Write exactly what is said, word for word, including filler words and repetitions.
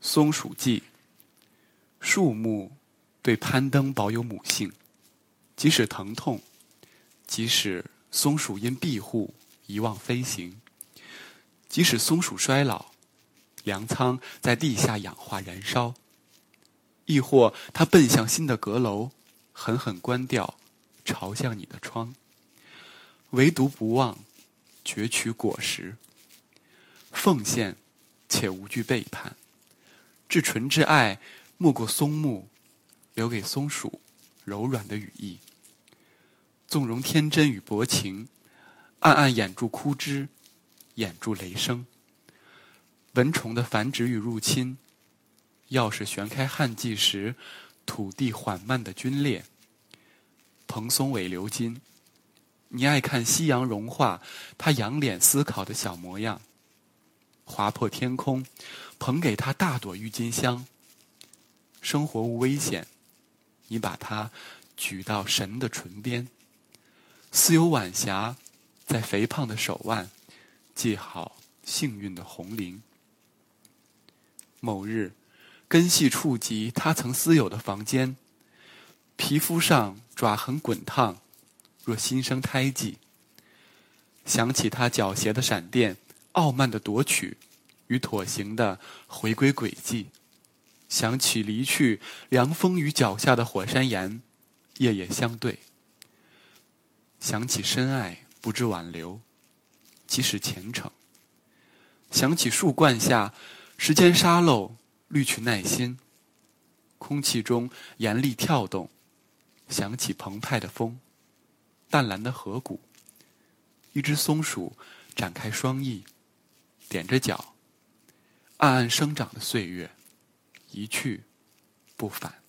松鼠记。树木对攀登保有母性，即使疼痛，即使松鼠因庇护遗忘飞行，即使松鼠衰老，粮仓在地下氧化燃烧，亦或它奔向新的阁楼，狠狠关掉朝向你的窗，唯独不忘攫取果实，奉献且无惧背叛，至纯之爱没过松木，留给松鼠柔软的羽翼，纵容天真与薄情，暗暗掩住枯枝，掩住雷声。蚊虫的繁殖与入侵，钥匙旋开旱季时土地缓慢的皲裂。蓬松尾鎏金，你爱看夕阳融化他仰脸思考的小模样，划破天空，捧给他大朵郁金香。生活无危险，你把它举到神的唇边，似有晚霞在肥胖的手腕系好幸运的红绫。某日，根系触及他曾私有的房间，皮肤上爪痕滚烫，若新生胎记。想起他狡黠的闪电，傲慢的夺取与妥行的回归轨迹，想起离去凉风与脚下的火山岩，夜夜相对。想起深爱不知挽留，即使虔诚。想起树冠下时间沙漏，滤去耐心，空气中严厉跳动。想起澎湃的风，淡蓝的河谷，一只松鼠展开双翼，踮着脚，暗暗生长的岁月，一去不返。